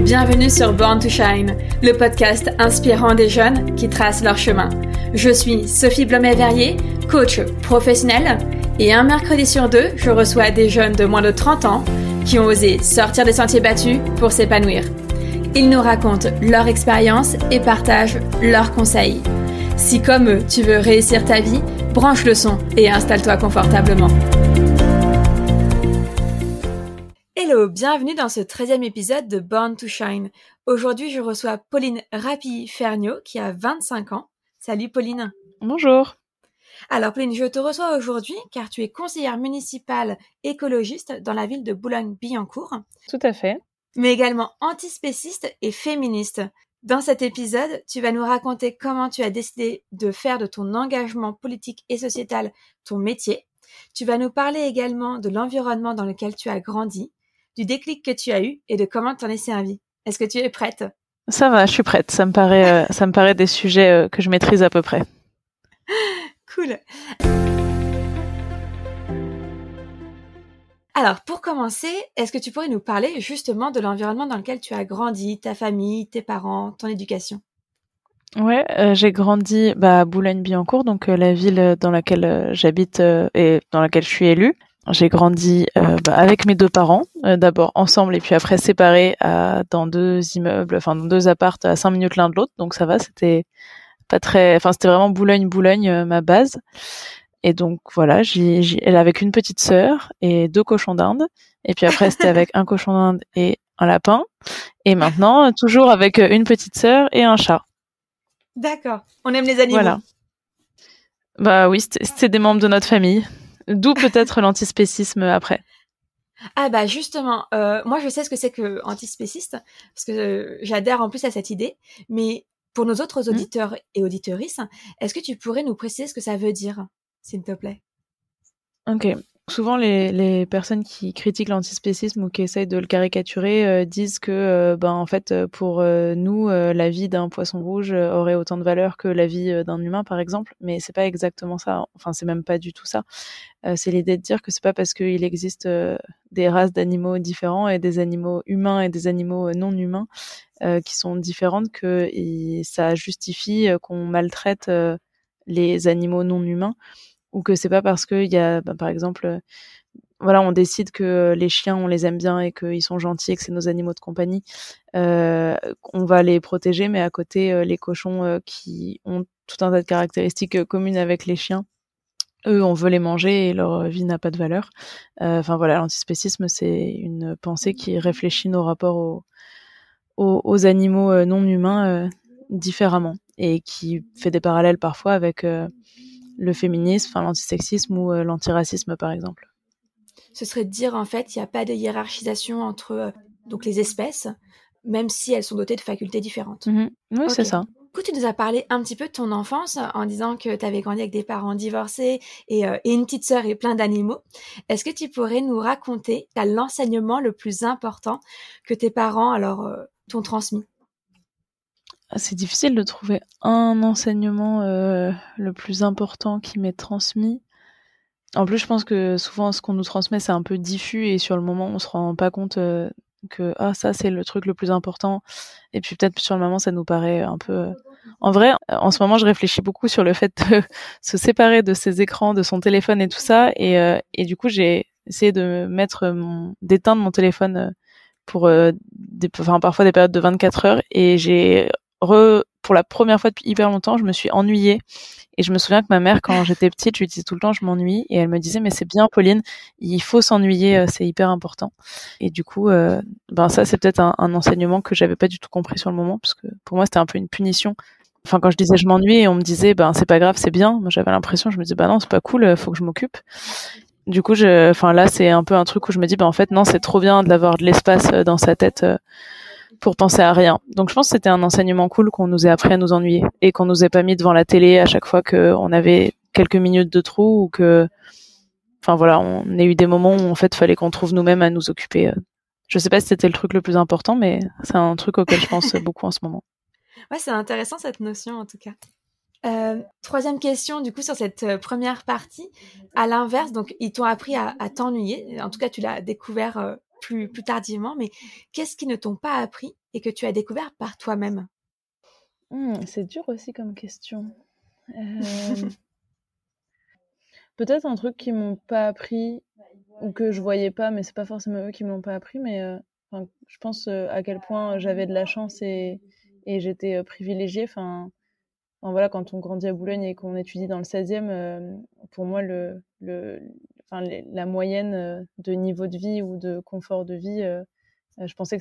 Bienvenue sur Born to Shine, le podcast inspirant des jeunes qui tracent leur chemin. Je suis Sophie Blomet-Verrier, coach professionnelle, et un mercredi sur deux, je reçois des jeunes de moins de 30 ans qui ont osé sortir des sentiers battus pour s'épanouir. Ils nous racontent leur expérience et partagent leurs conseils. Si comme eux, tu veux réussir ta vie, branche le son et installe-toi confortablement. Hello, bienvenue dans ce 13e épisode de Born to Shine. Aujourd'hui, je reçois Pauline Rappi-Ferniaud qui a 25 ans. Salut Pauline. Bonjour. Alors Pauline, je te reçois aujourd'hui car tu es conseillère municipale écologiste dans la ville de Boulogne-Billancourt. Tout à fait. Mais également antispéciste et féministe. Dans cet épisode, tu vas nous raconter comment tu as décidé de faire de ton engagement politique et sociétal ton métier. Tu vas nous parler également de l'environnement dans lequel tu as grandi, du déclic que tu as eu et de comment t'en es servi. Est-ce que tu es prête ? Ça va, je suis prête. Ça me paraît des sujets que je maîtrise à peu près. Cool. Alors, pour commencer, est-ce que tu pourrais nous parler justement de l'environnement dans lequel tu as grandi, ta famille, tes parents, ton éducation ? Ouais, j'ai grandi à Boulogne-Billancourt, donc la ville dans laquelle j'habite et dans laquelle je suis élue. J'ai grandi avec mes deux parents, d'abord ensemble et puis après séparés dans deux immeubles, enfin dans deux appartes à 5 minutes l'un de l'autre. Donc ça va, c'était vraiment Boulogne, ma base. Et donc voilà, elle avec une petite sœur et 2 cochons d'Inde. Et puis après c'était avec un cochon d'Inde et un lapin. Et maintenant toujours avec une petite sœur et un chat. D'accord. On aime les animaux. Voilà. Bah oui, c'était des membres de notre famille. D'où peut-être l'antispécisme après. Ah bah justement, moi je sais ce que c'est que antispéciste, parce que j'adhère en plus à cette idée, mais pour nos autres auditeurs et auditrices, est-ce que tu pourrais nous préciser ce que ça veut dire, s'il te plaît ? Ok. Souvent, les personnes qui critiquent l'antispécisme ou qui essayent de le caricaturer disent que, en fait, pour nous, la vie d'un poisson rouge aurait autant de valeur que la vie d'un humain, par exemple. Mais c'est pas exactement ça. Enfin, c'est même pas du tout ça. C'est l'idée de dire que c'est pas parce qu'il existe des races d'animaux différents et des animaux humains et des animaux non humains qui sont différentes que ça justifie qu'on maltraite les animaux non humains. Ou que c'est pas parce qu'il y a, par exemple, on décide que les chiens, on les aime bien et qu'ils sont gentils et que c'est nos animaux de compagnie, on va les protéger, mais à côté, les cochons qui ont tout un tas de caractéristiques communes avec les chiens, eux, on veut les manger et leur vie n'a pas de valeur. L'antispécisme, c'est une pensée qui réfléchit nos rapports aux animaux non humains différemment et qui fait des parallèles parfois avec le féminisme, l'antisexisme ou l'antiracisme, par exemple. Ce serait de dire, en fait, il n'y a pas de hiérarchisation entre donc les espèces, même si elles sont dotées de facultés différentes. Oui, okay. C'est ça. Du coup, tu nous as parlé un petit peu de ton enfance en disant que tu avais grandi avec des parents divorcés et une petite sœur et plein d'animaux. Est-ce que tu pourrais nous raconter l'enseignement le plus important que tes parents t'ont transmis ? C'est difficile de trouver un enseignement le plus important qui m'est transmis. En plus, je pense que souvent, ce qu'on nous transmet, c'est un peu diffus et sur le moment, on se rend pas compte que ça, c'est le truc le plus important. Et puis peut-être sur le moment, ça nous paraît un peu... En vrai, en ce moment, je réfléchis beaucoup sur le fait de se séparer de ses écrans, de son téléphone et tout ça. Et du coup, j'ai essayé d'éteindre mon téléphone pour parfois des périodes de 24 heures. Et pour la première fois depuis hyper longtemps, je me suis ennuyée. Et je me souviens que ma mère, quand j'étais petite, je lui disais tout le temps je m'ennuie. Et elle me disait mais c'est bien Pauline, il faut s'ennuyer, c'est hyper important. Et du coup, ça c'est peut-être un enseignement que j'avais pas du tout compris sur le moment, parce que pour moi c'était un peu une punition. Enfin quand je disais je m'ennuie, on me disait c'est pas grave, c'est bien. Moi j'avais l'impression, je me disais non c'est pas cool, faut que je m'occupe. Du coup là c'est un peu un truc où je me dis en fait non c'est trop bien d'avoir de l'espace dans sa tête. Pour penser à rien. Donc je pense que c'était un enseignement cool qu'on nous ait appris à nous ennuyer et qu'on nous ait pas mis devant la télé à chaque fois qu'on avait quelques minutes de trou ou que, on ait eu des moments où en fait fallait qu'on trouve nous-mêmes à nous occuper. Je sais pas si c'était le truc le plus important, mais c'est un truc auquel je pense beaucoup en ce moment. Ouais, c'est intéressant cette notion en tout cas. Troisième question du coup sur cette première partie. À l'inverse, donc ils t'ont appris à t'ennuyer. En tout cas, tu l'as découvert plus tardivement, mais qu'est-ce qu'ils ne t'ont pas appris et que tu as découvert par toi-même? C'est dur aussi comme question. Peut-être un truc qu'ils m'ont pas appris ou que je voyais pas, mais c'est pas forcément eux qui me l'ont pas appris, mais je pense à quel point j'avais de la chance et j'étais privilégiée. Voilà, quand on grandit à Boulogne et qu'on étudie dans le 16e, pour moi, la moyenne de niveau de vie ou de confort de vie, je pensais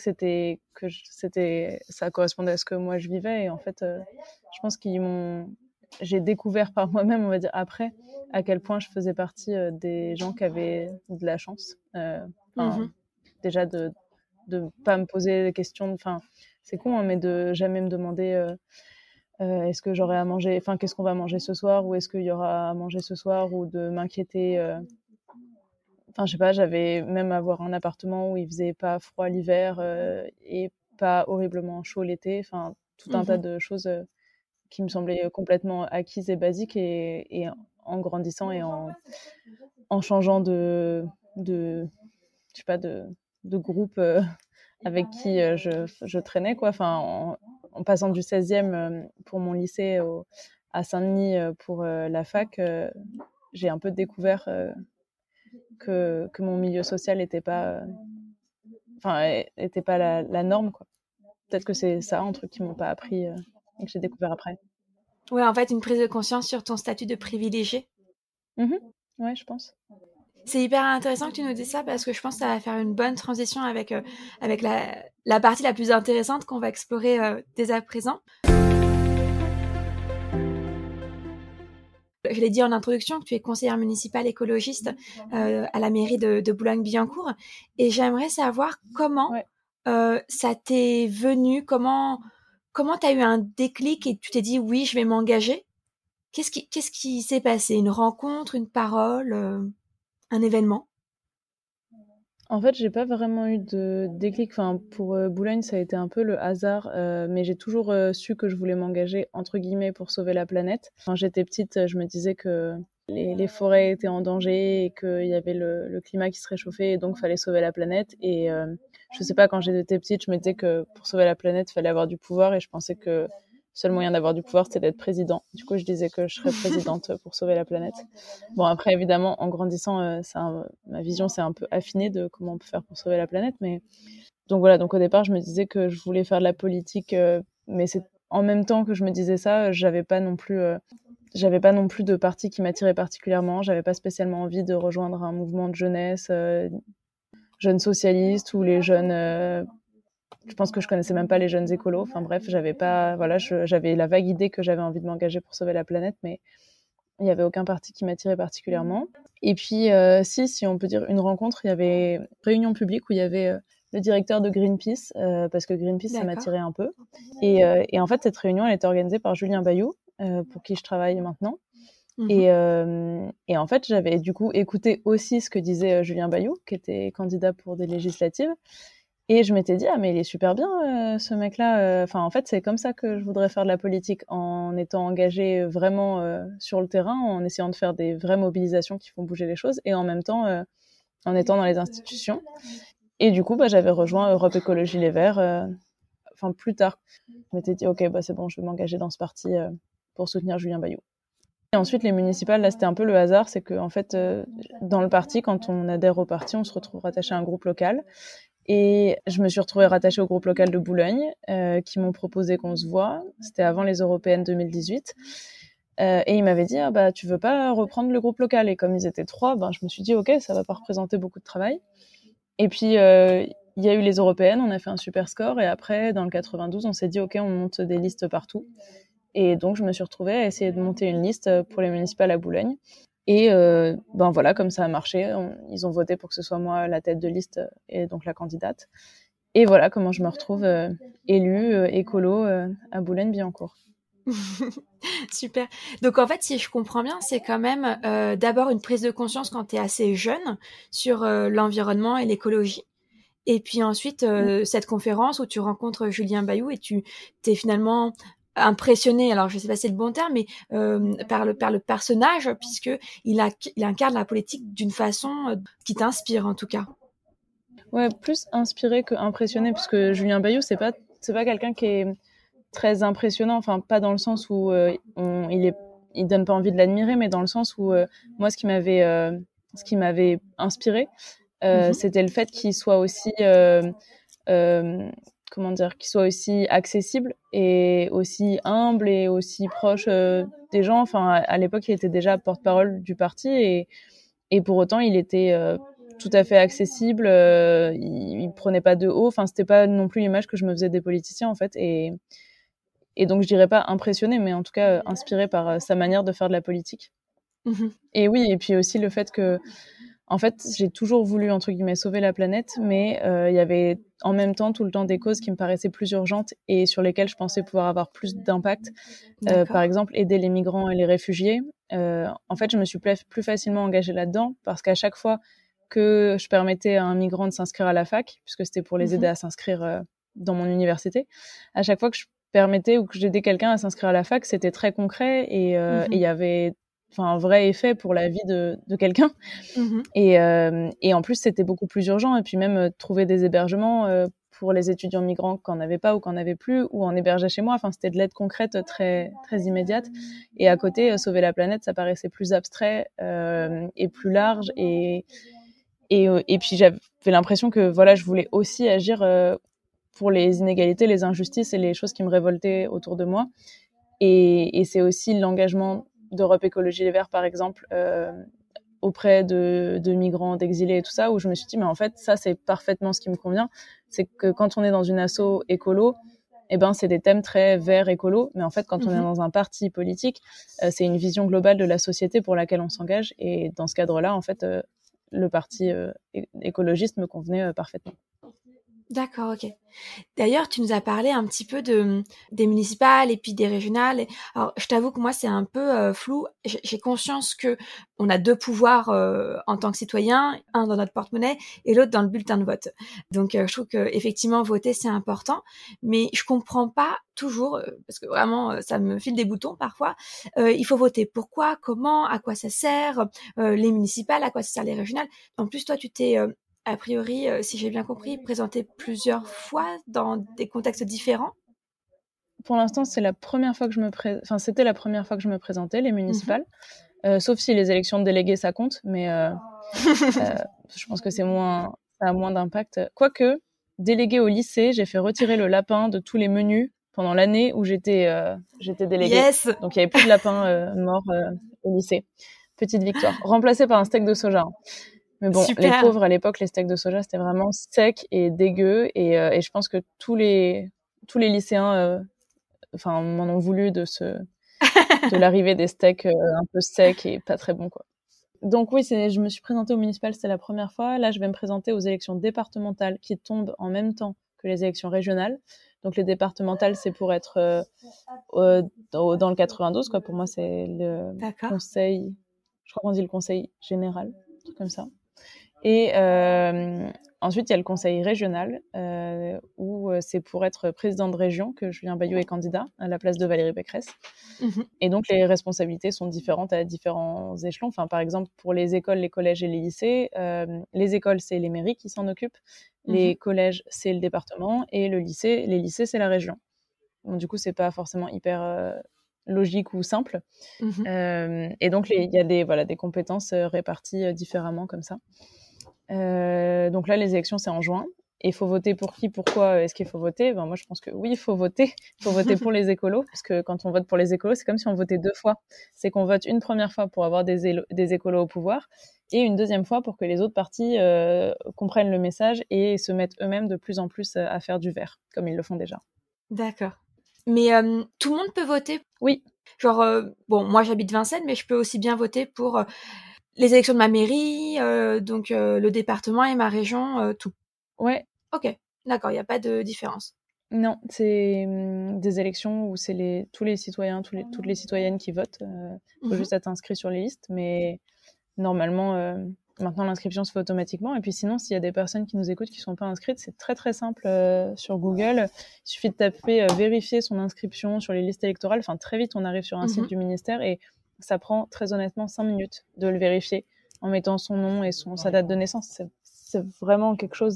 ça correspondait à ce que moi je vivais. Et en fait, je pense j'ai découvert par moi-même, on va dire après, à quel point je faisais partie des gens qui avaient de la chance. Déjà de pas me poser des questions. C'est con, hein, mais de jamais me demander. Est-ce que j'aurai à manger, qu'est-ce qu'on va manger ce soir, ou est-ce qu'il y aura à manger ce soir, ou de m'inquiéter. Je sais pas, j'avais même avoir un appartement où il faisait pas froid l'hiver et pas horriblement chaud l'été. Tout un tas de choses qui me semblaient complètement acquises et basiques. Et en grandissant et en changeant de je sais pas, de groupe avec qui je traînais, quoi. En passant du 16e pour mon lycée à Saint-Denis pour la fac, j'ai un peu découvert que mon milieu social était pas la norme, quoi. Peut-être que c'est ça un truc qu'ils m'ont pas appris et que j'ai découvert après. Ouais, en fait, une prise de conscience sur ton statut de privilégié. Ouais, je pense. C'est hyper intéressant que tu nous dises ça parce que je pense que ça va faire une bonne transition avec la partie la plus intéressante qu'on va explorer dès à présent. Je l'ai dit en introduction que tu es conseillère municipale écologiste à la mairie de Boulogne-Billancourt, et j'aimerais savoir comment ça t'est venu, comment tu as eu un déclic et tu t'es dit oui, je vais m'engager. Qu'est-ce qui s'est passé? Une rencontre, une parole, un événement? En fait, j'ai pas vraiment eu de déclic. Pour Boulogne, ça a été un peu le hasard, mais j'ai toujours su que je voulais m'engager entre guillemets pour sauver la planète. Quand j'étais petite, je me disais que les forêts étaient en danger et qu'il y avait le climat qui se réchauffait et donc fallait sauver la planète. Et je sais pas, quand j'étais petite, je me disais que pour sauver la planète, il fallait avoir du pouvoir, et je pensais que le seul moyen d'avoir du pouvoir, c'était d'être président. Du coup, je disais que je serais présidente pour sauver la planète. Bon, après, évidemment, en grandissant, ma vision s'est un peu affinée de comment on peut faire pour sauver la planète. Mais donc voilà, donc au départ, je me disais que je voulais faire de la politique, mais c'est en même temps que je me disais ça, j'avais pas non plus de parti qui m'attirait particulièrement. J'avais pas spécialement envie de rejoindre un mouvement de jeunesse, jeunes socialistes ou les jeunes. Je pense que je connaissais même pas les jeunes écolos. Bref, j'avais la vague idée que j'avais envie de m'engager pour sauver la planète, mais il n'y avait aucun parti qui m'attirait particulièrement. Et puis, si on peut dire une rencontre, il y avait une réunion publique où il y avait le directeur de Greenpeace, parce que Greenpeace, ça m'attirait un peu. Et en fait, cette réunion, elle était organisée par Julien Bayou, pour qui je travaille maintenant. Et en fait, j'avais du coup écouté aussi ce que disait Julien Bayou, qui était candidat pour des législatives. Et je m'étais dit, mais il est super bien, ce mec-là. En fait, c'est comme ça que je voudrais faire de la politique, en étant engagée vraiment sur le terrain, en essayant de faire des vraies mobilisations qui font bouger les choses, et en même temps, en étant dans les institutions. Et du coup, j'avais rejoint Europe Écologie Les Verts, plus tard. Je m'étais dit, ok, c'est bon, je vais m'engager dans ce parti pour soutenir Julien Bayou. Et ensuite, les municipales, là, c'était un peu le hasard. C'est que, en fait, dans le parti, quand on adhère au parti, on se retrouve rattaché à un groupe local. Et je me suis retrouvée rattachée au groupe local de Boulogne, qui m'ont proposé qu'on se voit. C'était avant les européennes 2018. Et ils m'avaient dit, tu veux pas reprendre le groupe local? Et comme ils étaient 3, je me suis dit, ok, ça va pas représenter beaucoup de travail. Et puis, il y a eu les européennes, on a fait un super score. Et après, dans le 92, on s'est dit, ok, on monte des listes partout. Et donc, je me suis retrouvée à essayer de monter une liste pour les municipales à Boulogne. Et voilà, comme ça a marché, ils ont voté pour que ce soit moi la tête de liste et donc la candidate. Et voilà comment je me retrouve élue écolo à Boulogne-Billancourt. Super. Donc en fait, si je comprends bien, c'est quand même d'abord une prise de conscience quand tu es assez jeune sur l'environnement et l'écologie. Et puis ensuite, cette conférence où tu rencontres Julien Bayou et tu t'es finalement impressionné, alors je sais pas si c'est le bon terme, mais par le personnage, puisque il incarne la politique d'une façon qui t'inspire en tout cas. Ouais, plus inspiré que impressionné, puisque Julien Bayou, c'est pas quelqu'un qui est très impressionnant, enfin pas dans le sens où il donne pas envie de l'admirer, mais dans le sens où moi ce qui m'avait inspiré, c'était le fait qu'il soit aussi comment dire, qu'il soit aussi accessible et aussi humble et aussi proche des gens. Enfin, à l'époque, il était déjà porte-parole du parti et pour autant, il était tout à fait accessible. Il prenait pas de haut. Enfin, c'était pas non plus l'image que je me faisais des politiciens en fait. Et donc, je dirais pas impressionné, mais en tout cas inspiré par sa manière de faire de la politique. Et oui, et puis aussi le fait que, en fait, j'ai toujours voulu, entre guillemets, sauver la planète, mais il y avait en même temps tout le temps des causes qui me paraissaient plus urgentes et sur lesquelles je pensais pouvoir avoir plus d'impact. Par exemple, aider les migrants et les réfugiés. En fait, je me suis plus facilement engagée là-dedans parce qu'à chaque fois que je permettais à un migrant de s'inscrire à la fac, puisque c'était pour les aider à s'inscrire dans mon université, à chaque fois que je permettais ou que j'aidais quelqu'un à s'inscrire à la fac, c'était très concret et il y avait un vrai effet pour la vie de quelqu'un. Et en plus, c'était beaucoup plus urgent. Et puis même trouver des hébergements pour les étudiants migrants qu'on n'avait pas ou qu'on n'avait plus, ou en hébergeait chez moi. Enfin, c'était de l'aide concrète très, très immédiate. Et à côté, sauver la planète, ça paraissait plus abstrait et plus large. Et puis, j'avais l'impression que voilà, je voulais aussi agir pour les inégalités, les injustices et les choses qui me révoltaient autour de moi. Et c'est aussi l'engagement d'Europe Écologie Les Verts, par exemple, auprès de migrants, d'exilés et tout ça, où je me suis dit, mais en fait, ça, c'est parfaitement ce qui me convient. C'est que quand on est dans une asso écolo, eh ben, c'est des thèmes très verts écolo. Mais en fait, quand on est dans un parti politique, c'est une vision globale de la société pour laquelle on s'engage. Et dans ce cadre-là, en fait, le parti écologiste me convenait parfaitement. D'accord, ok. D'ailleurs, tu nous as parlé un petit peu des municipales et puis des régionales. Alors, je t'avoue que moi, c'est un peu flou. J'ai conscience que on a deux pouvoirs en tant que citoyen, un dans notre porte-monnaie et l'autre dans le bulletin de vote. Donc, je trouve que effectivement voter c'est important, mais je comprends pas toujours parce que vraiment ça me file des boutons parfois. Il faut voter pourquoi, comment, à quoi ça sert, les municipales, à quoi ça sert les régionales. En plus, toi, tu t'es a priori, si j'ai bien compris, présenté plusieurs fois dans des contextes différents. Pour l'instant, c'était la première fois que je me présentais, les municipales. Sauf si les élections de délégués, ça compte. Mais je pense que ça a moins d'impact. Quoique, déléguée au lycée, j'ai fait retirer le lapin de tous les menus pendant l'année où j'étais déléguée. Yes. Donc, il n'y avait plus de lapin mort au lycée. Petite victoire. Remplacé par un steak de soja. Mais bon, Super. Les pauvres à l'époque, les steaks de soja, c'était vraiment sec et dégueu. Et je pense que tous les lycéens m'en ont voulu de l'arrivée des steaks un peu secs et pas très bons, quoi. Donc oui, je me suis présentée au municipal, c'était la première fois. Là, je vais me présenter aux élections départementales qui tombent en même temps que les élections régionales. Donc les départementales, c'est pour être dans le 92, quoi. Pour moi, c'est le conseil, je crois qu'on dit le conseil général, un truc comme ça. Et ensuite, il y a le conseil régional où c'est pour être président de région que Julien Bayou est candidat à la place de Valérie Pécresse. Et donc, les responsabilités sont différentes à différents échelons. Enfin, par exemple, pour les écoles, les collèges et les lycées, les écoles, c'est les mairies qui s'en occupent. Les collèges, c'est le département. Et les lycées, c'est la région. Donc, du coup, c'est pas forcément hyper logique ou simple. Et donc, il y a des compétences réparties différemment comme ça. Donc là, les élections, c'est en juin. Et il faut voter pour qui, pourquoi est-ce qu'il faut voter? Moi, je pense que oui, il faut voter. Il faut voter pour les écolos, parce que quand on vote pour les écolos, c'est comme si on votait deux fois. C'est qu'on vote une première fois pour avoir des écolos au pouvoir, et une deuxième fois pour que les autres partis comprennent le message et se mettent eux-mêmes de plus en plus à faire du vert, comme ils le font déjà. D'accord. Mais tout le monde peut voter? Oui. Genre, moi j'habite Vincennes, mais je peux aussi bien voter pour les élections de ma mairie, donc le département et ma région, tout. Ouais. Ok, d'accord, il n'y a pas de différence. Non, c'est des élections où c'est tous les citoyens, toutes les citoyennes qui votent. Faut juste être inscrit sur les listes, mais normalement, maintenant l'inscription se fait automatiquement. Et puis sinon, s'il y a des personnes qui nous écoutent qui sont pas inscrites, c'est très très simple sur Google. Il suffit de taper vérifier son inscription sur les listes électorales. Enfin, très vite, on arrive sur un site du ministère et ça prend très honnêtement 5 minutes de le vérifier en mettant son nom et sa date de naissance. c'est vraiment quelque chose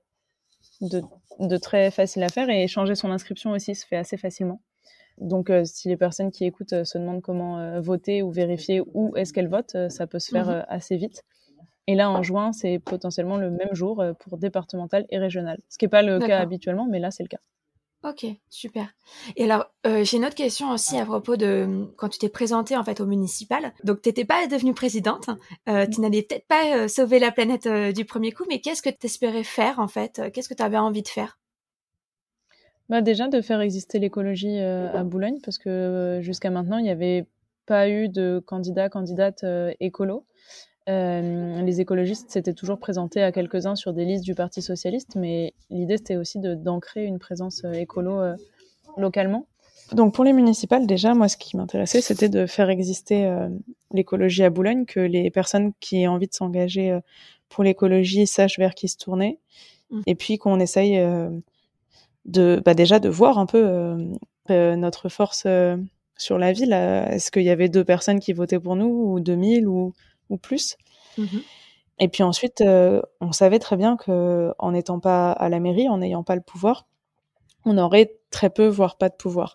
de très facile à faire, et changer son inscription aussi se fait assez facilement. Donc, si les personnes qui écoutent se demandent comment voter ou vérifier où est-ce qu'elles votent, ça peut se faire assez vite. Et là, en juin, c'est potentiellement le même jour pour départemental et régional. Ce qui n'est pas le cas habituellement, mais là, c'est le cas. Ok, super. Et alors, j'ai une autre question aussi à propos de quand tu t'es présentée en fait au municipal. Donc, tu n'étais pas devenue présidente. Tu n'allais peut-être pas sauver la planète du premier coup, mais qu'est-ce que tu espérais faire en fait? Qu'est-ce que tu avais envie de faire? Déjà, de faire exister l'écologie à Boulogne, parce que jusqu'à maintenant, il n'y avait pas eu de candidate écolo. Les écologistes s'étaient toujours présentés à quelques-uns sur des listes du Parti socialiste, mais l'idée, c'était aussi d'ancrer une présence écolo localement. Donc pour les municipales, déjà, moi, ce qui m'intéressait, c'était de faire exister l'écologie à Boulogne, que les personnes qui aient envie de s'engager pour l'écologie sachent vers qui se tourner, et puis qu'on essaye déjà de voir un peu notre force sur la ville. Est-ce qu'il y avait 2 personnes qui votaient pour nous, ou 2000 ou plus? Et puis ensuite, on savait très bien qu'en n'étant pas à la mairie, en n'ayant pas le pouvoir, on aurait très peu, voire pas de pouvoir.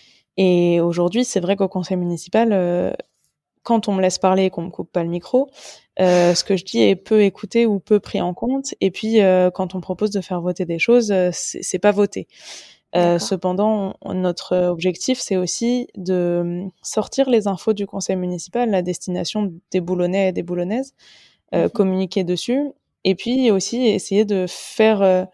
Et aujourd'hui, c'est vrai qu'au conseil municipal, quand on me laisse parler et qu'on me coupe pas le micro, ce que je dis est peu écouté ou peu pris en compte. Et puis, quand on propose de faire voter des choses, c'est pas voté. Cependant, notre objectif, c'est aussi de sortir les infos du conseil municipal à destination des Boulonnais et des Boulonnaises, communiquer dessus, et puis aussi essayer de faire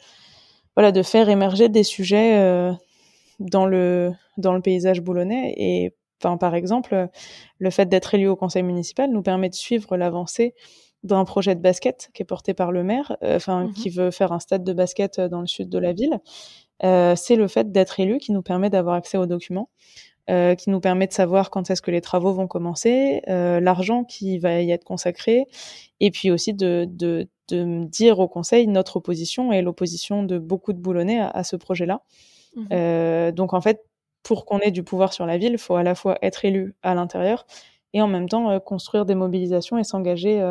émerger des sujets dans le paysage boulonnais. Et par exemple, le fait d'être élu au conseil municipal nous permet de suivre l'avancée d'un projet de basket qui est porté par le maire, qui veut faire un stade de basket dans le sud de la ville. C'est le fait d'être élu qui nous permet d'avoir accès aux documents, qui nous permet de savoir quand est-ce que les travaux vont commencer, l'argent qui va y être consacré, et puis aussi de dire au conseil notre opposition et l'opposition de beaucoup de Boulonnais à ce projet-là. Donc en fait, pour qu'on ait du pouvoir sur la ville, il faut à la fois être élu à l'intérieur et en même temps construire des mobilisations et s'engager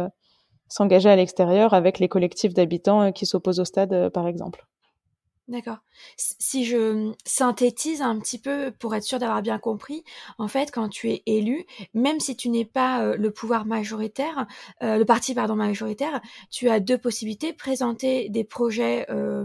à l'extérieur avec les collectifs d'habitants qui s'opposent au stade, par exemple. D'accord. Si je synthétise un petit peu pour être sûre d'avoir bien compris, en fait, quand tu es élu, même si tu n'es pas le pouvoir majoritaire, le parti majoritaire, tu as 2 possibilités: présenter des projets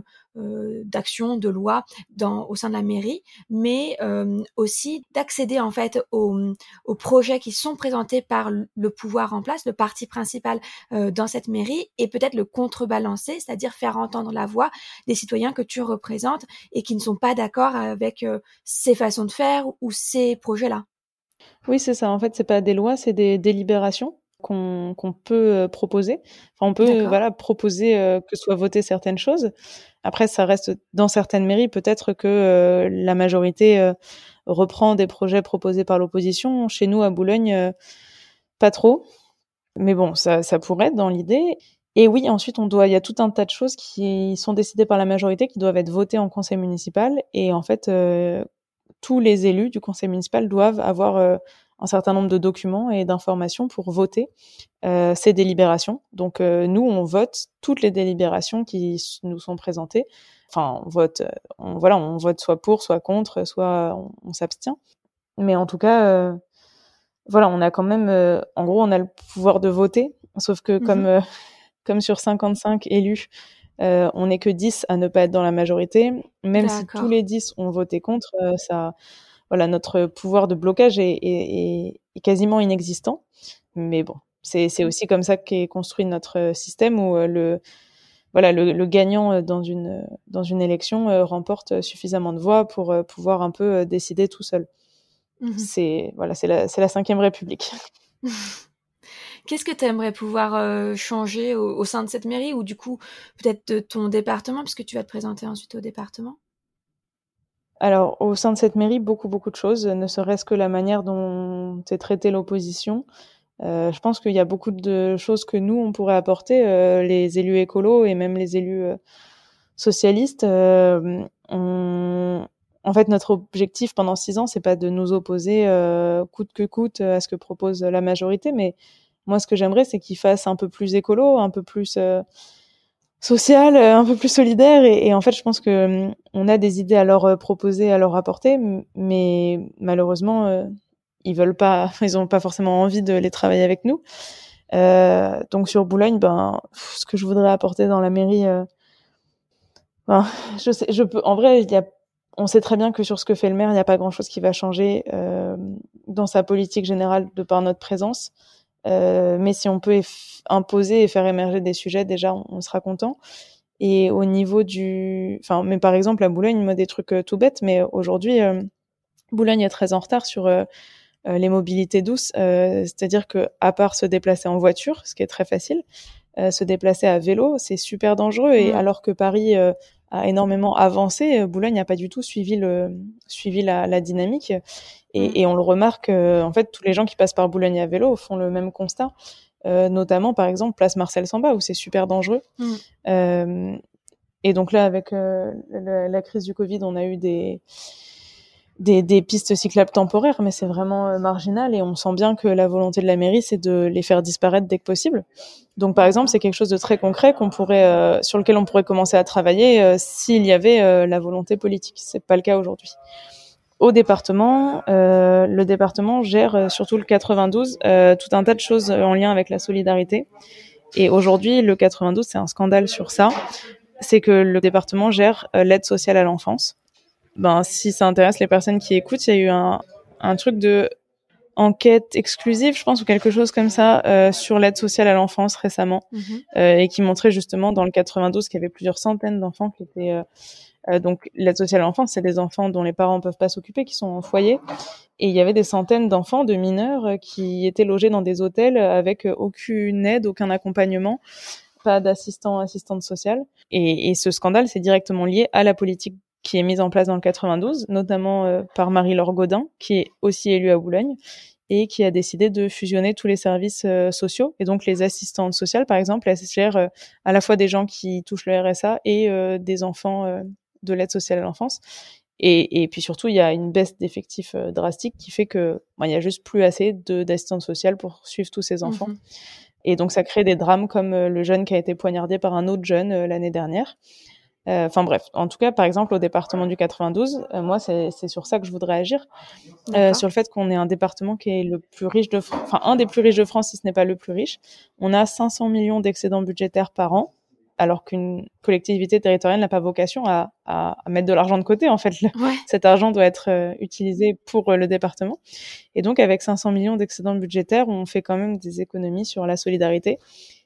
d'action, de loi au sein de la mairie, mais aussi d'accéder en fait aux projets qui sont présentés par le pouvoir en place, le parti principal dans cette mairie, et peut-être le contrebalancer, c'est-à-dire faire entendre la voix des citoyens que tu représentes et qui ne sont pas d'accord avec ces façons de faire ou ces projets-là. Oui, c'est ça. En fait, c'est pas des lois, c'est des délibérations qu'on peut proposer. Enfin, on peut proposer que soient votées certaines choses. Après, ça reste dans certaines mairies, peut-être que la majorité reprend des projets proposés par l'opposition. Chez nous, à Boulogne, pas trop. Mais bon, ça pourrait être dans l'idée. Et oui, ensuite, il y a tout un tas de choses qui sont décidées par la majorité qui doivent être votées en conseil municipal. Et en fait, tous les élus du conseil municipal doivent avoir un certain nombre de documents et d'informations pour voter ces délibérations. Donc nous, on vote toutes les délibérations qui nous sont présentées. Enfin, on vote soit pour, soit contre, soit on s'abstient. Mais en tout cas, on a quand même, en gros, on a le pouvoir de voter, sauf que comme sur 55 élus, on n'est que 10 à ne pas être dans la majorité. Même si tous les 10 ont voté contre, notre pouvoir de blocage est quasiment inexistant. Mais bon, c'est aussi comme ça qu'est construit notre système, où le gagnant dans une élection remporte suffisamment de voix pour pouvoir un peu décider tout seul. C'est la 5e République. Qu'est-ce que tu aimerais pouvoir changer au sein de cette mairie, ou du coup peut-être de ton département, puisque tu vas te présenter ensuite au département? Alors, au sein de cette mairie, beaucoup de choses, ne serait-ce que la manière dont est traitée l'opposition. Je pense qu'il y a beaucoup de choses que nous, on pourrait apporter, les élus écolos et même les élus socialistes. En fait, notre objectif pendant 6 ans, c'est pas de nous opposer coûte que coûte à ce que propose la majorité, mais moi, ce que j'aimerais, c'est qu'ils fassent un peu plus écolo, un peu plus sociale, un peu plus solidaire. Et en fait, je pense que on a des idées à leur proposer, à leur apporter, mais malheureusement, ils veulent pas, ils ont pas forcément envie de les travailler avec nous. Donc sur Boulogne, ce que je voudrais apporter dans la mairie, en vrai, on sait très bien que sur ce que fait le maire, il n'y a pas grand-chose qui va changer dans sa politique générale de par notre présence. Mais si on peut imposer et faire émerger des sujets, déjà, on sera content. Et au niveau mais par exemple, à Boulogne, moi, des trucs tout bêtes, mais aujourd'hui, Boulogne est très en retard sur les mobilités douces. C'est-à-dire que, à part se déplacer en voiture, ce qui est très facile, se déplacer à vélo, c'est super dangereux. Et alors que Paris a énormément avancé, Boulogne n'a pas du tout suivi la dynamique. Et on le remarque, en fait, tous les gens qui passent par Boulogne à vélo font le même constat. Notamment, par exemple, place Marcel Samba, où c'est super dangereux. Et donc là, avec la crise du Covid, on a eu des pistes cyclables temporaires, mais c'est vraiment marginal et on sent bien que la volonté de la mairie, c'est de les faire disparaître dès que possible. Donc, par exemple, c'est quelque chose de très concret sur lequel on pourrait commencer à travailler s'il y avait la volonté politique. C'est pas le cas aujourd'hui. Au département, le département gère surtout le 92, tout un tas de choses en lien avec la solidarité. Et aujourd'hui, le 92, c'est un scandale sur ça. C'est que le département gère l'aide sociale à l'enfance. Si ça intéresse les personnes qui écoutent, il y a eu un truc de enquête exclusive, je pense, ou quelque chose comme ça, sur l'aide sociale à l'enfance récemment, et qui montrait justement dans le 92 qu'il y avait plusieurs centaines d'enfants qui étaient... donc l'aide sociale à l'enfance, c'est des enfants dont les parents peuvent pas s'occuper, qui sont en foyer. Et il y avait des centaines d'enfants, de mineurs, qui étaient logés dans des hôtels avec aucune aide, aucun accompagnement, pas assistante sociale. Et ce scandale, c'est directement lié à la politique qui est mise en place dans le 92, notamment par Marie-Laure Gaudin, qui est aussi élue à Boulogne, et qui a décidé de fusionner tous les services sociaux. Et donc les assistantes sociales, par exemple, elles gèrent à la fois des gens qui touchent le RSA et des enfants de l'aide sociale à l'enfance. Et puis surtout, il y a une baisse d'effectifs drastique qui fait que il y a juste plus assez d'assistantes sociales pour suivre tous ces enfants. Et donc ça crée des drames comme le jeune qui a été poignardé par un autre jeune l'année dernière. Bref, en tout cas, par exemple, au département du 92, moi, c'est sur ça que je voudrais agir. Sur le fait qu'on est un département qui est le plus riche de France, enfin, un des plus riches de France, si ce n'est pas le plus riche. On a 500 millions d'excédents budgétaires par an, alors qu'une collectivité territoriale n'a pas vocation à mettre de l'argent de côté. En fait, cet argent doit être utilisé pour le département. Et donc, avec 500 millions d'excédents budgétaires, on fait quand même des économies sur la solidarité.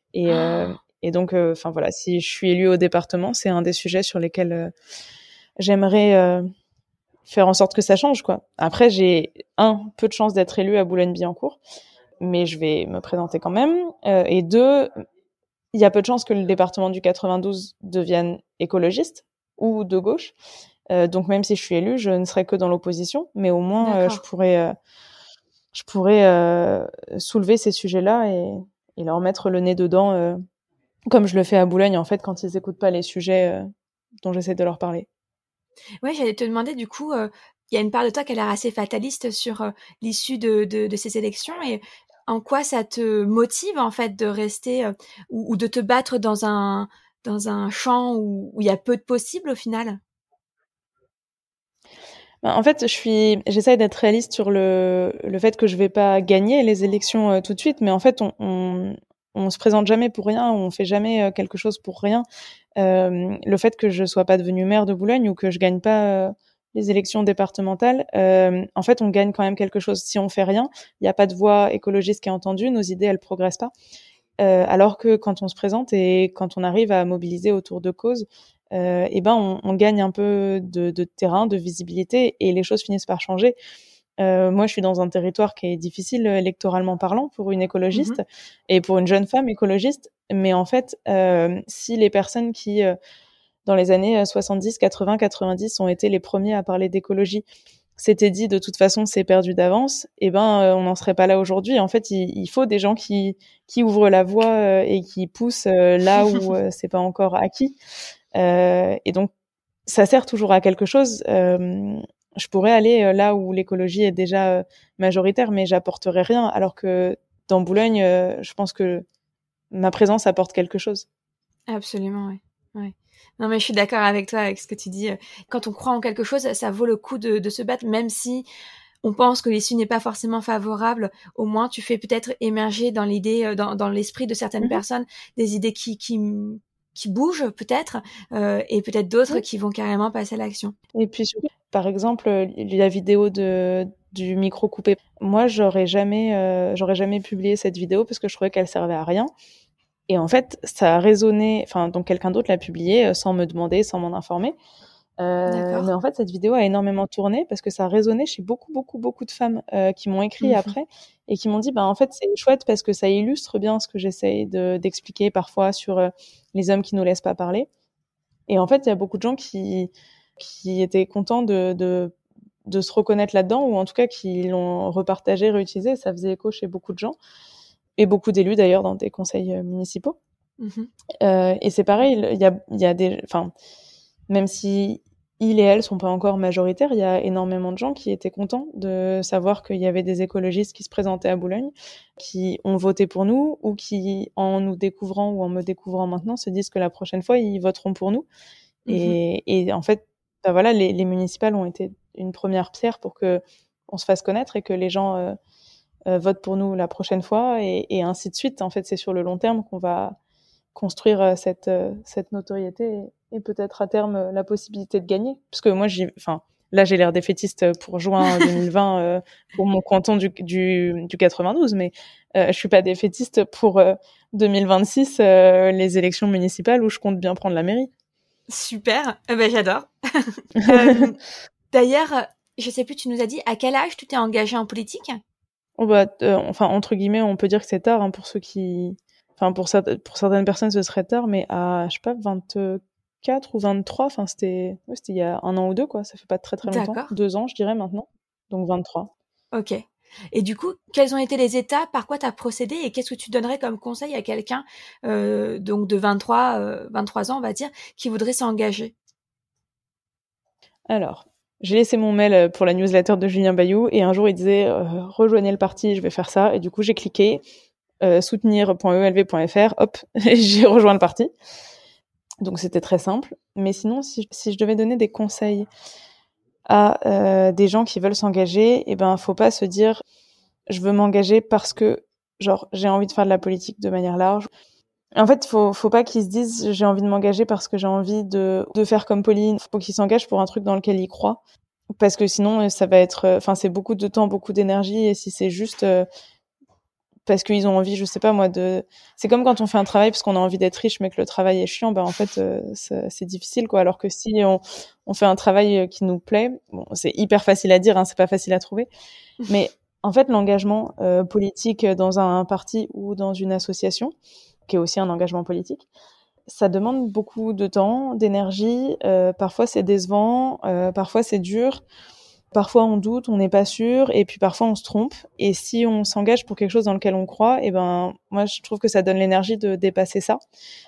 Et donc, voilà, si je suis élue au département, c'est un des sujets sur lesquels j'aimerais faire en sorte que ça change, quoi. Après, j'ai peu de chance d'être élue à Boulogne-Billancourt, mais je vais me présenter quand même. Et deux, il y a peu de chances que le département du 92 devienne écologiste ou de gauche. Donc, même si je suis élue, je ne serai que dans l'opposition, mais au moins, je pourrais soulever ces sujets-là et leur mettre le nez dedans. Comme je le fais à Boulogne, en fait, quand ils n'écoutent pas les sujets dont j'essaie de leur parler. Ouais, j'allais te demander, du coup, il y a une part de toi qui a l'air assez fataliste sur l'issue de ces élections, et en quoi ça te motive, en fait, de rester ou de te battre dans un champ où il y a peu de possibles, au final? En fait, j'essaie d'être réaliste sur le fait que je vais pas gagner les élections tout de suite, mais en fait, on se présente jamais pour rien, on fait jamais quelque chose pour rien. Le fait que je sois pas devenue maire de Boulogne ou que je gagne pas les élections départementales, en fait, on gagne quand même quelque chose. Si on fait rien, il n'y a pas de voix écologiste qui est entendue, nos idées, elles progressent pas. Alors que quand on se présente et quand on arrive à mobiliser autour de causes, on gagne un peu de terrain, de visibilité, et les choses finissent par changer. Moi, je suis dans un territoire qui est difficile électoralement parlant pour une écologiste et pour une jeune femme écologiste. Mais en fait, si les personnes qui, dans les années 70, 80, 90, ont été les premiers à parler d'écologie, s'étaient dit de toute façon c'est perdu d'avance, on n'en serait pas là aujourd'hui. En fait, il faut des gens qui ouvrent la voie et qui poussent là où c'est pas encore acquis. Et donc, ça sert toujours à quelque chose. Je pourrais aller là où l'écologie est déjà majoritaire, mais j'apporterai rien. Alors que dans Boulogne, je pense que ma présence apporte quelque chose. Absolument, oui. Ouais. Non, mais je suis d'accord avec toi, avec ce que tu dis. Quand on croit en quelque chose, ça vaut le coup de se battre, même si on pense que l'issue n'est pas forcément favorable. Au moins, tu fais peut-être émerger dans l'idée, dans l'esprit de certaines Mmh. personnes, des idées qui bougent peut-être, et peut-être d'autres Oui. qui vont carrément passer à l'action. Et puis surtout, par exemple, la vidéo du micro coupé. Moi, j'aurais jamais publié cette vidéo parce que je trouvais qu'elle servait à rien. Et en fait, ça a résonné. Enfin, donc quelqu'un d'autre l'a publié sans me demander, sans m'en informer. Mais D'accord. en fait, cette vidéo a énormément tourné parce que ça a résonné chez beaucoup, beaucoup, beaucoup de femmes qui m'ont écrit Mhm. après et qui m'ont dit, bah en fait, c'est chouette parce que ça illustre bien ce que j'essaye d'expliquer parfois sur les hommes qui nous laissent pas parler. Et en fait, il y a beaucoup de gens qui étaient contents de se reconnaître là-dedans, ou en tout cas qui l'ont repartagé, réutilisé. Ça faisait écho chez beaucoup de gens, et beaucoup d'élus d'ailleurs dans des conseils municipaux. Mhm. Et c'est pareil, il y a des... Enfin, même si ils et elles sont pas encore majoritaires, il y a énormément de gens qui étaient contents de savoir qu'il y avait des écologistes qui se présentaient à Boulogne, qui ont voté pour nous, ou qui, en nous découvrant ou en me découvrant maintenant, se disent que la prochaine fois, ils voteront pour nous. Mhm. Et en fait, bah voilà, les municipales ont été une première pierre pour que on se fasse connaître et que les gens votent pour nous la prochaine fois, et ainsi de suite. En fait, c'est sur le long terme qu'on va construire cette notoriété, et peut-être à terme la possibilité de gagner. Parce que moi, enfin, là, j'ai l'air défaitiste pour juin 2020 pour mon canton du 92, mais je suis pas défaitiste pour 2026, les élections municipales où je compte bien prendre la mairie. Super. Ben, j'adore. Euh, D'ailleurs, je sais plus, tu nous as dit à quel âge tu t'es engagée en politique? Oh bah, enfin, entre guillemets, on peut dire que c'est tard, hein, pour ceux qui... Enfin, pour certaines personnes, ce serait tard, mais à, je sais pas, 24 ou 23, enfin, c'était il y a un an ou deux, quoi. Ça fait pas très très longtemps. D'accord. 2 ans, je dirais, maintenant. Donc 23. Ok. Et du coup, quelles ont été les étapes, par quoi tu as procédé et qu'est-ce que tu donnerais comme conseil à quelqu'un donc de 23 ans, on va dire, qui voudrait s'engager? Alors, j'ai laissé mon mail pour la newsletter de Julien Bayou, et un jour, il disait rejoignez le parti, je vais faire ça. Et du coup, j'ai cliqué soutenir.elv.fr, hop, j'ai rejoint le parti. Donc, c'était très simple. Mais sinon, si je devais donner des conseils à des gens qui veulent s'engager, eh ben, faut pas se dire je veux m'engager parce que genre j'ai envie de faire de la politique de manière large. En fait, faut pas qu'ils se disent j'ai envie de m'engager parce que j'ai envie de faire comme Pauline. Faut qu'ils s'engagent pour un truc dans lequel ils croient, parce que sinon ça va être, enfin c'est beaucoup de temps, beaucoup d'énergie, et si c'est juste parce qu'ils ont envie, je sais pas moi, c'est comme quand on fait un travail parce qu'on a envie d'être riche mais que le travail est chiant, ben en fait c'est difficile, quoi. Alors que si on fait un travail qui nous plaît, bon, c'est hyper facile à dire, hein, c'est pas facile à trouver, mais en fait l'engagement politique dans un parti ou dans une association, qui est aussi un engagement politique, ça demande beaucoup de temps, d'énergie, parfois c'est décevant, parfois c'est dur. Parfois on doute, on n'est pas sûr, et puis parfois on se trompe. Et si on s'engage pour quelque chose dans lequel on croit, et ben moi je trouve que ça donne l'énergie de dépasser ça.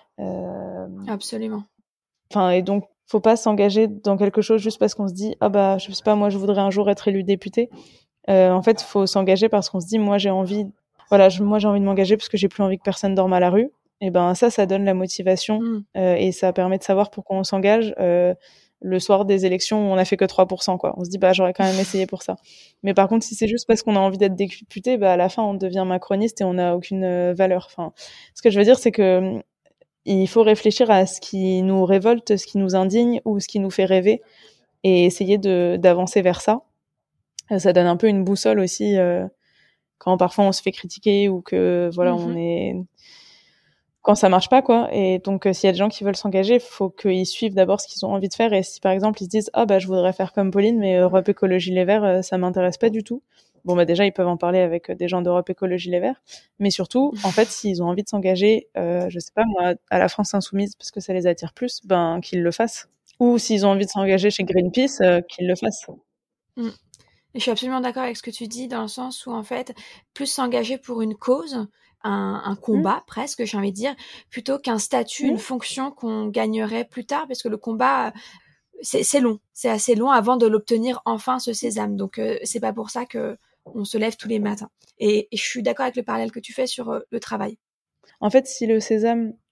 Absolument. Enfin, et donc faut pas s'engager dans quelque chose juste parce qu'on se dit ah bah je sais pas, moi je voudrais un jour être élu député. En fait, faut s'engager parce qu'on se dit moi j'ai envie, voilà, moi j'ai envie de m'engager parce que j'ai plus envie que personne dorme à la rue. Et ben ça donne la motivation, Mm. et ça permet de savoir pourquoi on s'engage. Le soir des élections où on a fait que 3%, quoi. On se dit, bah, j'aurais quand même essayé pour ça. Mais par contre, si c'est juste parce qu'on a envie d'être député, bah, à la fin, on devient macroniste et on n'a aucune valeur. Enfin, ce que je veux dire, c'est que il faut réfléchir à ce qui nous révolte, ce qui nous indigne ou ce qui nous fait rêver, et essayer d'avancer vers ça. Ça donne un peu une boussole aussi, quand parfois on se fait critiquer ou que, voilà, on Mhm. est, quand ça marche pas, quoi. Et donc s'il y a des gens qui veulent s'engager, faut qu'ils suivent d'abord ce qu'ils ont envie de faire. Et si par exemple ils se disent ah bah je voudrais faire comme Pauline, mais Europe Écologie Les Verts ça m'intéresse pas du tout, bon bah déjà ils peuvent en parler avec des gens d'Europe Écologie Les Verts. Mais surtout, en fait, s'ils ont envie de s'engager je sais pas moi, à la France Insoumise parce que ça les attire plus, ben qu'ils le fassent. Ou s'ils ont envie de s'engager chez Greenpeace, qu'ils le fassent. Mm. Et je suis absolument d'accord avec ce que tu dis, dans le sens où, en fait, plus s'engager pour une cause, un Mmh, combat presque, j'ai envie de dire, plutôt qu'un statut, une mmh. fonction qu'on gagnerait plus tard, parce que le combat, c'est long, c'est assez long avant de l'obtenir enfin, ce sésame. Donc c'est pas pour ça que on se lève tous les matins. Et je suis d'accord avec le parallèle que tu fais sur le travail. En fait, si le sésame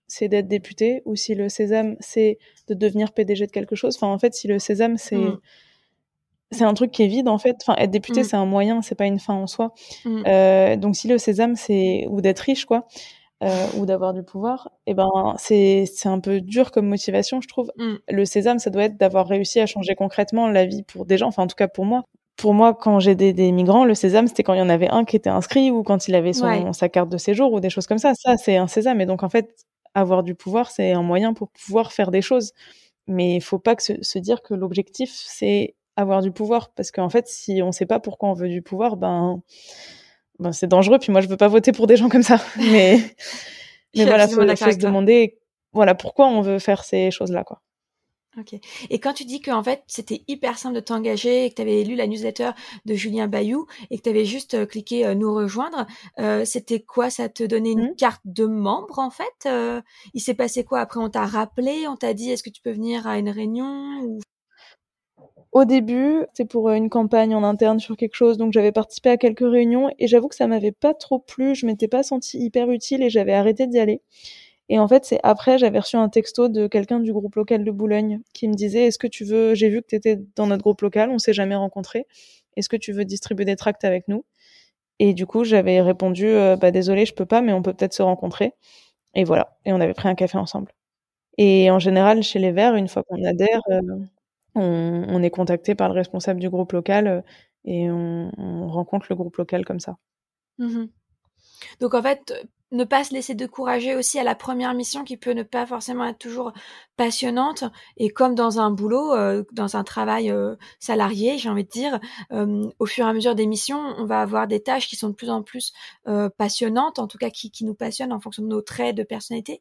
c'est d'être député, ou si le sésame, c'est de devenir PDG de quelque chose. Enfin, en fait, si le sésame, c'est un truc qui est vide, en fait. Enfin, être député, c'est un moyen, c'est pas une fin en soi. Donc, si le sésame, c'est ou d'être riche, quoi, ou d'avoir du pouvoir, et ben, c'est un peu dur comme motivation, je trouve. Le sésame, ça doit être d'avoir réussi à changer concrètement la vie pour des gens. Enfin, en tout cas, pour moi. Pour moi, quand j'ai des migrants, le sésame, c'était quand il y en avait un qui était inscrit, ou quand il avait sa carte de séjour, ou des choses comme ça. Ça, c'est un sésame. Et donc, en fait, avoir du pouvoir, c'est un moyen pour pouvoir faire des choses. Mais il faut pas que se dire que l'objectif, c'est avoir du pouvoir. Parce qu'en fait, si on sait pas pourquoi on veut du pouvoir, ben c'est dangereux. Puis moi, je veux pas voter pour des gens comme ça. Mais voilà, faut se demander, voilà, pourquoi on veut faire ces choses-là, quoi. Ok. Et quand tu dis qu'en fait, c'était hyper simple de t'engager et que tu avais lu la newsletter de Julien Bayou et que tu avais juste cliqué nous rejoindre, c'était quoi? Ça te donnait une carte de membre, en fait? Il s'est passé quoi? Après, on t'a rappelé, on t'a dit, est-ce que tu peux venir à une réunion ou... Au début, c'était pour une campagne en interne sur quelque chose, donc j'avais participé à quelques réunions et j'avoue que ça m'avait pas trop plu, je m'étais pas sentie hyper utile et j'avais arrêté d'y aller. Et en fait, c'est après, j'avais reçu un texto de quelqu'un du groupe local de Boulogne qui me disait, est-ce que tu veux, j'ai vu que t'étais dans notre groupe local, on s'est jamais rencontrés, est-ce que tu veux distribuer des tracts avec nous? Et du coup, j'avais répondu, désolé, je peux pas, mais on peut peut-être se rencontrer. Et voilà. Et on avait pris un café ensemble. Et en général, chez les Verts, une fois qu'on adhère, on est contacté par le responsable du groupe local et on rencontre le groupe local comme ça. Donc en fait, ne pas se laisser décourager aussi à la première mission qui peut ne pas forcément être toujours passionnante. Et comme dans un boulot, dans un travail salarié, j'ai envie de dire, au fur et à mesure des missions, on va avoir des tâches qui sont de plus en plus passionnantes, en tout cas qui nous passionnent en fonction de nos traits de personnalité.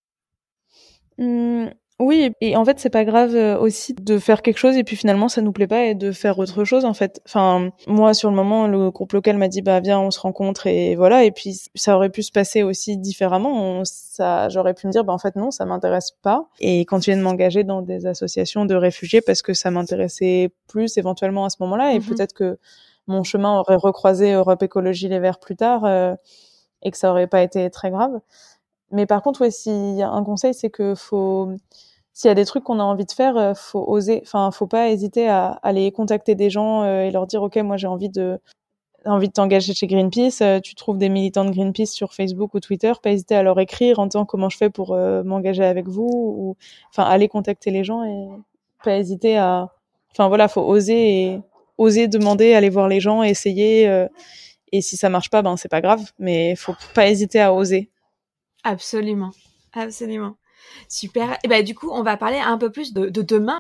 Oui, et en fait, c'est pas grave aussi de faire quelque chose et puis finalement ça nous plaît pas et de faire autre chose, en fait. Enfin, moi, sur le moment, le groupe local m'a dit, viens, on se rencontre et voilà. Et puis, ça aurait pu se passer aussi différemment. J'aurais pu me dire, en fait, non, ça m'intéresse pas. Et continuer de m'engager dans des associations de réfugiés parce que ça m'intéressait plus éventuellement à ce moment-là. Et peut-être que mon chemin aurait recroisé Europe Écologie Les Verts plus tard et que ça aurait pas été très grave. Mais par contre, ouais, s'il y a un conseil, c'est que s'il y a des trucs qu'on a envie de faire, faut oser. Enfin, faut pas hésiter à aller contacter des gens et leur dire, OK, moi, j'ai envie de t'engager chez Greenpeace. Tu trouves des militants de Greenpeace sur Facebook ou Twitter. Pas hésiter à leur écrire en disant comment je fais pour m'engager avec vous, ou, enfin, aller contacter les gens et pas hésiter enfin, voilà, faut oser demander, aller voir les gens, essayer. Et si ça marche pas, c'est pas grave. Mais faut pas hésiter à oser. Absolument, absolument. Super. Et du coup, on va parler un peu plus de demain.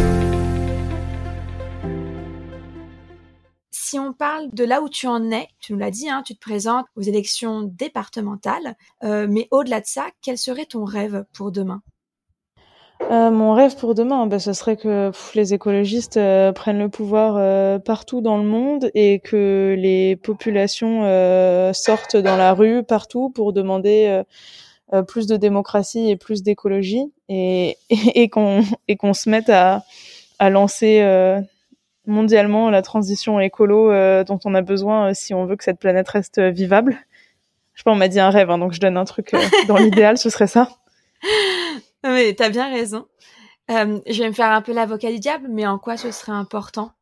Si on parle de là où tu en es, tu nous l'as dit, tu te présentes aux élections départementales, mais au-delà de ça, quel serait ton rêve pour demain? Mon rêve pour demain, ce serait que les écologistes prennent le pouvoir partout dans le monde et que les populations sortent dans la rue partout pour demander plus de démocratie et plus d'écologie et qu'on se mette à lancer mondialement la transition écolo dont on a besoin si on veut que cette planète reste vivable. Je sais pas, on m'a dit un rêve, donc je donne un truc dans l'idéal, ce serait ça. Non, mais t'as bien raison. Je vais me faire un peu l'avocat du diable, mais en quoi ce serait important?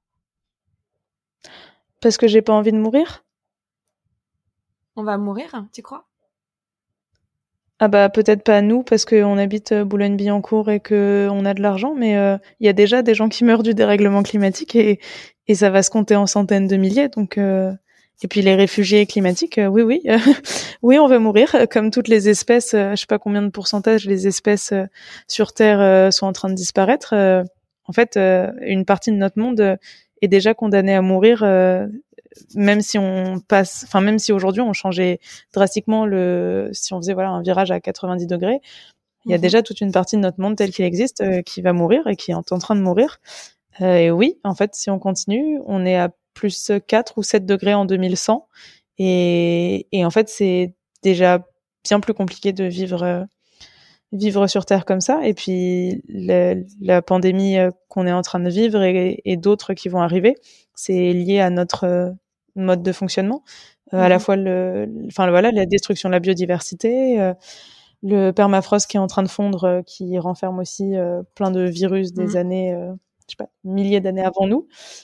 Parce que j'ai pas envie de mourir. On va mourir, tu crois? Peut-être pas nous parce qu'on habite Boulogne-Billancourt et que on a de l'argent, mais il y a déjà des gens qui meurent du dérèglement climatique et ça va se compter en centaines de milliers. Donc et puis les réfugiés climatiques, oui, oui, on va mourir comme toutes les espèces. Je sais pas combien de pourcentage les espèces sur Terre sont en train de disparaître. En fait, une partie de notre monde est déjà condamnée à mourir. Même si même si aujourd'hui on changeait drastiquement si on faisait un virage à 90 degrés, il y a déjà toute une partie de notre monde tel qu'il existe qui va mourir et qui est en train de mourir. Et oui, en fait, si on continue, on est à plus 4 ou 7 degrés en 2100. Et en fait, c'est déjà bien plus compliqué de vivre sur Terre comme ça. Et puis, la pandémie qu'on est en train de vivre et d'autres qui vont arriver, c'est lié à notre mode de fonctionnement. À la fois la destruction de la biodiversité, le permafrost qui est en train de fondre, qui renferme aussi plein de virus des années, je sais pas, milliers d'années avant nous.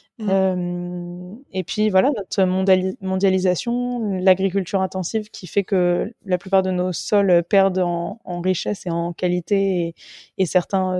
Et puis voilà, notre mondialisation, l'agriculture intensive qui fait que la plupart de nos sols perdent en richesse et en qualité, et certains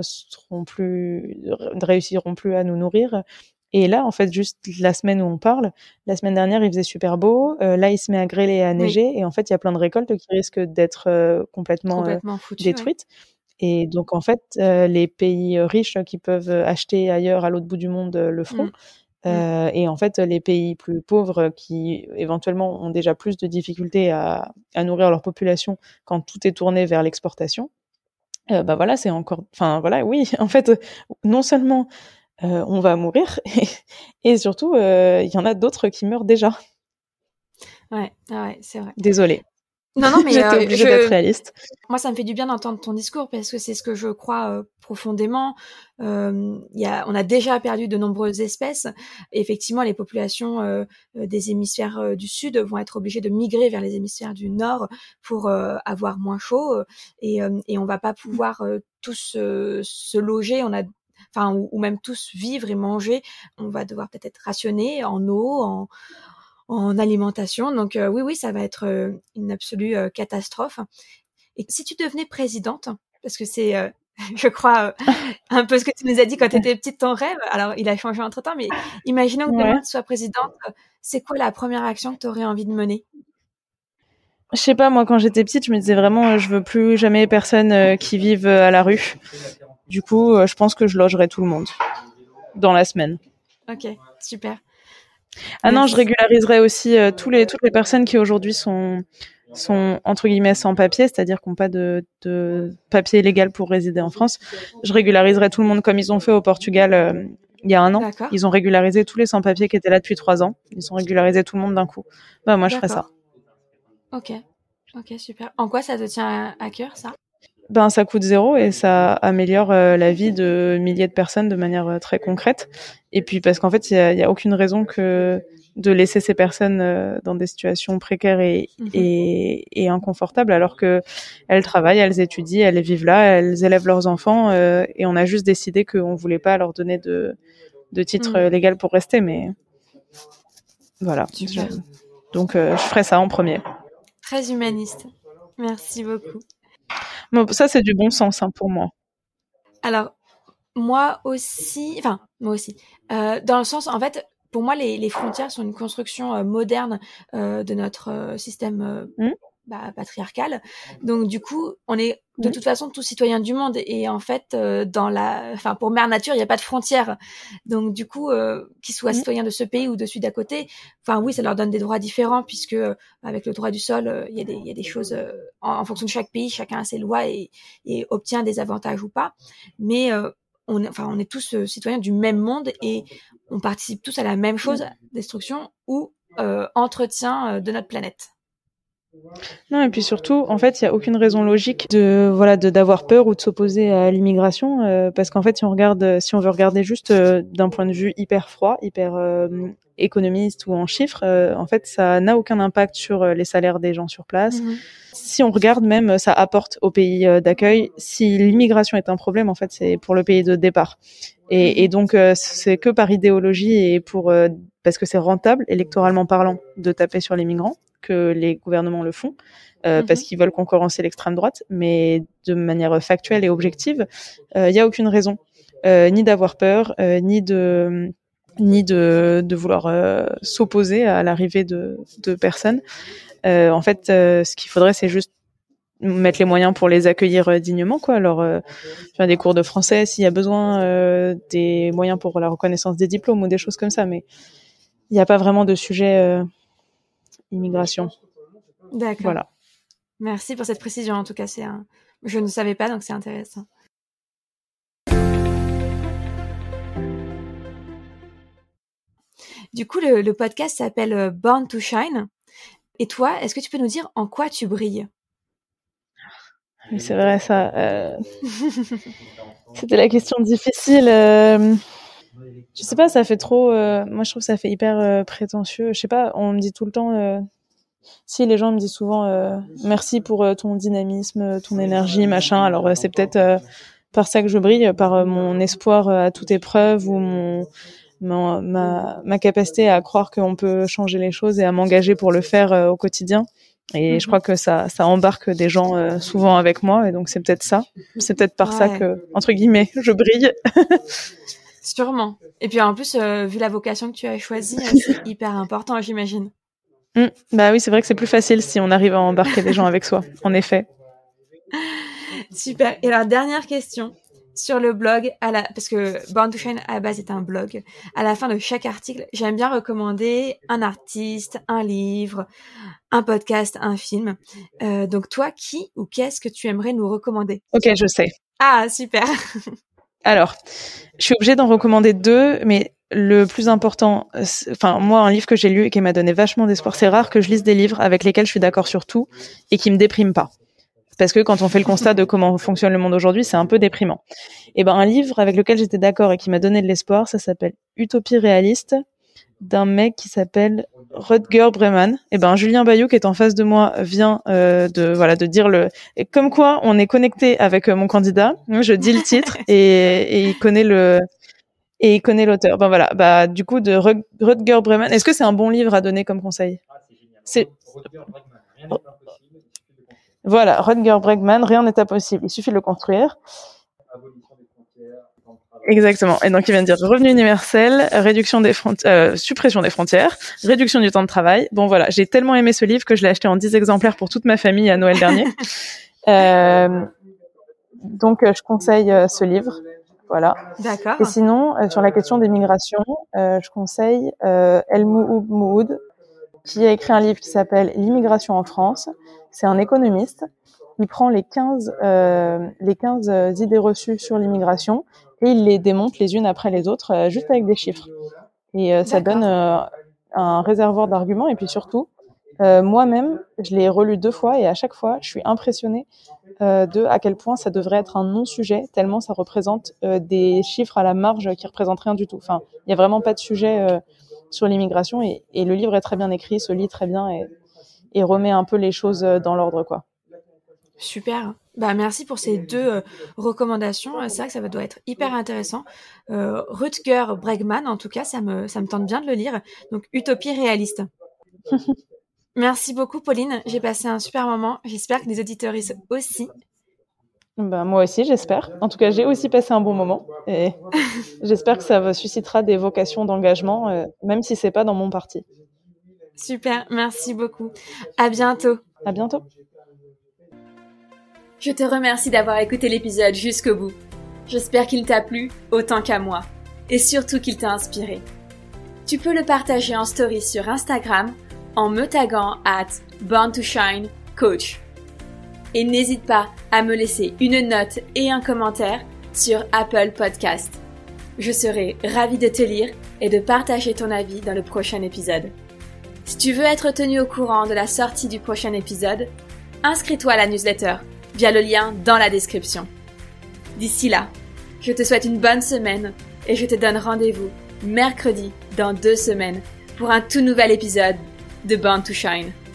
réussiront plus à nous nourrir. Et là, en fait, juste la semaine où on parle, la semaine dernière, il faisait super beau. Là, il se met à grêler et à neiger. Et en fait, il y a plein de récoltes qui risquent d'être complètement foutues, détruites. Et donc, en fait, les pays riches qui peuvent acheter ailleurs à l'autre bout du monde le feront. Et en fait, les pays plus pauvres qui éventuellement ont déjà plus de difficultés à nourrir leur population quand tout est tourné vers l'exportation, bah voilà, c'est encore, enfin voilà, oui, en fait, non seulement on va mourir, et surtout il y en a d'autres qui meurent déjà. Ouais, c'est vrai. Désolée. Non, mais j'étais obligée d'être réaliste. Moi, ça me fait du bien d'entendre ton discours parce que c'est ce que je crois profondément. On a déjà perdu de nombreuses espèces. Et effectivement, les populations des hémisphères du sud vont être obligées de migrer vers les hémisphères du nord pour avoir moins chaud. Et on va pas pouvoir tous se loger. Ou même tous vivre et manger. On va devoir peut-être être rationnés en eau, en alimentation. Donc oui, ça va être une absolue catastrophe. Et si tu devenais présidente, parce que c'est, je crois, un peu ce que tu nous as dit quand tu étais petite, ton rêve, alors il a changé entre-temps, mais imaginons que demain tu sois présidente, c'est quoi la première action que tu aurais envie de mener? Je sais pas, moi quand j'étais petite, je me disais vraiment je veux plus jamais personne qui vive à la rue. Du coup, je pense que je logerai tout le monde dans la semaine. Ok, super. Ah non, je régulariserai aussi toutes les personnes qui aujourd'hui sont entre guillemets sans papier, c'est-à-dire qui n'ont pas de papier légal pour résider en France. Je régulariserai tout le monde comme ils ont fait au Portugal il y a 1 an. D'accord. Ils ont régularisé tous les sans-papiers qui étaient là depuis 3 ans. Ils ont régularisé tout le monde d'un coup. Bah moi, je ferais ça. Ok, super. En quoi ça te tient à cœur, ça? Ben ça coûte 0 et ça améliore la vie de milliers de personnes de manière très concrète. Et puis parce qu'en fait, il y a aucune raison que de laisser ces personnes dans des situations précaires et inconfortables, alors que elles travaillent, elles étudient, elles vivent là, elles élèvent leurs enfants, et on a juste décidé qu'on voulait pas leur donner de titre légal pour rester, mais voilà. Donc je ferais ça en premier. Très humaniste. Merci beaucoup. Bon, ça c'est du bon sens pour moi. Alors moi aussi. Dans le sens, en fait, pour moi, les frontières sont une construction moderne de notre système patriarcal. Donc du coup, on est de toute façon tous citoyens du monde, et en fait, pour Mère Nature, il n'y a pas de frontières. Donc du coup, qu'ils soient citoyens de ce pays ou de celui d'à côté, enfin oui, ça leur donne des droits différents, puisque avec le droit du sol, il y a des choses en fonction de chaque pays, chacun a ses lois et obtient des avantages ou pas. Mais on est tous citoyens du même monde, et on participe tous à la même chose, destruction ou entretien de notre planète. Non, et puis surtout, en fait, il y a aucune raison logique d'avoir peur ou de s'opposer à l'immigration, parce qu'en fait, si on veut regarder juste d'un point de vue hyper froid, hyper économiste ou en chiffres, en fait, ça n'a aucun impact sur les salaires des gens sur place. Si on regarde même, ça apporte au pays d'accueil. Si l'immigration est un problème, en fait, c'est pour le pays de départ. Et donc, c'est que par idéologie et parce que c'est rentable, électoralement parlant, de taper sur les migrants, que les gouvernements le font, parce qu'ils veulent concurrencer l'extrême droite, mais de manière factuelle et objective, il n'y a aucune raison, ni d'avoir peur, ni de vouloir s'opposer à l'arrivée de personnes. En fait, ce qu'il faudrait, c'est juste mettre les moyens pour les accueillir dignement, quoi. Alors, faire des cours de français s'il y a besoin, des moyens pour la reconnaissance des diplômes ou des choses comme ça, mais il n'y a pas vraiment de sujet immigration. D'accord. Voilà. Merci pour cette précision. En tout cas, je ne savais pas, donc c'est intéressant. Du coup, le podcast s'appelle Born to Shine. Et toi, est-ce que tu peux nous dire en quoi tu brilles? Oui, c'est vrai, ça. C'était la question difficile. Je sais pas, ça fait trop. Moi, je trouve que ça fait hyper prétentieux. Je sais pas, on me dit tout le temps. Si les gens me disent souvent merci pour ton dynamisme, ton énergie, machin. Alors c'est peut-être par ça que je brille, par mon espoir à toute épreuve ou ma capacité à croire qu'on peut changer les choses et à m'engager pour le faire au quotidien. Et je crois que ça embarque des gens souvent avec moi, et donc c'est peut-être ça. C'est peut-être par ça que, entre guillemets, je brille. Sûrement. Et puis en plus, vu la vocation que tu as choisie, c'est hyper important, j'imagine. Bah oui, c'est vrai que c'est plus facile si on arrive à embarquer des gens avec soi, en effet. Super. Et alors, dernière question. Sur le blog, parce que Born to Shine à la base est un blog, à la fin de chaque article, j'aime bien recommander un artiste, un livre, un podcast, un film. Donc toi, qui ou qu'est-ce que tu aimerais nous recommander ? Ok, je sais. Ah, super. Alors, je suis obligée d'en recommander 2, mais le plus important, moi, un livre que j'ai lu et qui m'a donné vachement d'espoir, c'est rare que je lise des livres avec lesquels je suis d'accord sur tout et qui me dépriment pas. Parce que quand on fait le constat de comment fonctionne le monde aujourd'hui, c'est un peu déprimant. Et ben, un livre avec lequel j'étais d'accord et qui m'a donné de l'espoir, ça s'appelle Utopie réaliste, d'un mec qui s'appelle Rutger Bregman. Et ben, Julien Bayou, qui est en face de moi, vient de dire et comme quoi on est connecté avec mon candidat. Je dis le titre et il connaît l'auteur. Ben voilà. Bah, du coup, de Rutger Bregman. Est-ce que c'est un bon livre à donner comme conseil? C'est Voilà, Rutger Bregman, rien n'est impossible, il suffit de le construire. Exactement. Et donc, il vient de dire revenu universel, suppression des frontières, réduction du temps de travail. Bon, voilà. J'ai tellement aimé ce livre que je l'ai acheté en 10 exemplaires pour toute ma famille à Noël dernier. Donc, je conseille ce livre. Voilà. D'accord. Et sinon, sur la question des migrations, je conseille El Mouhoud, qui a écrit un livre qui s'appelle L'immigration en France. C'est un économiste. Il prend les 15 idées reçues sur l'immigration et il les démonte les unes après les autres, juste avec des chiffres. Et ça donne un réservoir d'arguments. Et puis surtout, moi-même, je l'ai relu 2 fois et à chaque fois, je suis impressionnée de à quel point ça devrait être un non-sujet, tellement ça représente des chiffres à la marge qui représentent rien du tout. Enfin, il y a vraiment pas de sujet sur l'immigration et le livre est très bien écrit, se lit très bien et remet un peu les choses dans l'ordre, quoi. Super. Bah merci pour ces 2 recommandations. C'est vrai que ça doit être hyper intéressant. Rutger Bregman, en tout cas, ça me tente bien de le lire. Donc Utopie réaliste. Merci beaucoup, Pauline. J'ai passé un super moment. J'espère que les auditeuristes aussi. Bah, moi aussi, j'espère. En tout cas, j'ai aussi passé un bon moment et j'espère que ça suscitera des vocations d'engagement, même si c'est pas dans mon parti. Super, merci beaucoup. À bientôt. À bientôt. Je te remercie d'avoir écouté l'épisode jusqu'au bout. J'espère qu'il t'a plu autant qu'à moi et surtout qu'il t'a inspiré. Tu peux le partager en story sur Instagram en me taguant @born2shine_coach. Et n'hésite pas à me laisser une note et un commentaire sur Apple Podcast. Je serai ravie de te lire et de partager ton avis dans le prochain épisode. Si tu veux être tenu au courant de la sortie du prochain épisode, inscris-toi à la newsletter via le lien dans la description. D'ici là, je te souhaite une bonne semaine et je te donne rendez-vous mercredi dans 2 semaines pour un tout nouvel épisode de Born to Shine.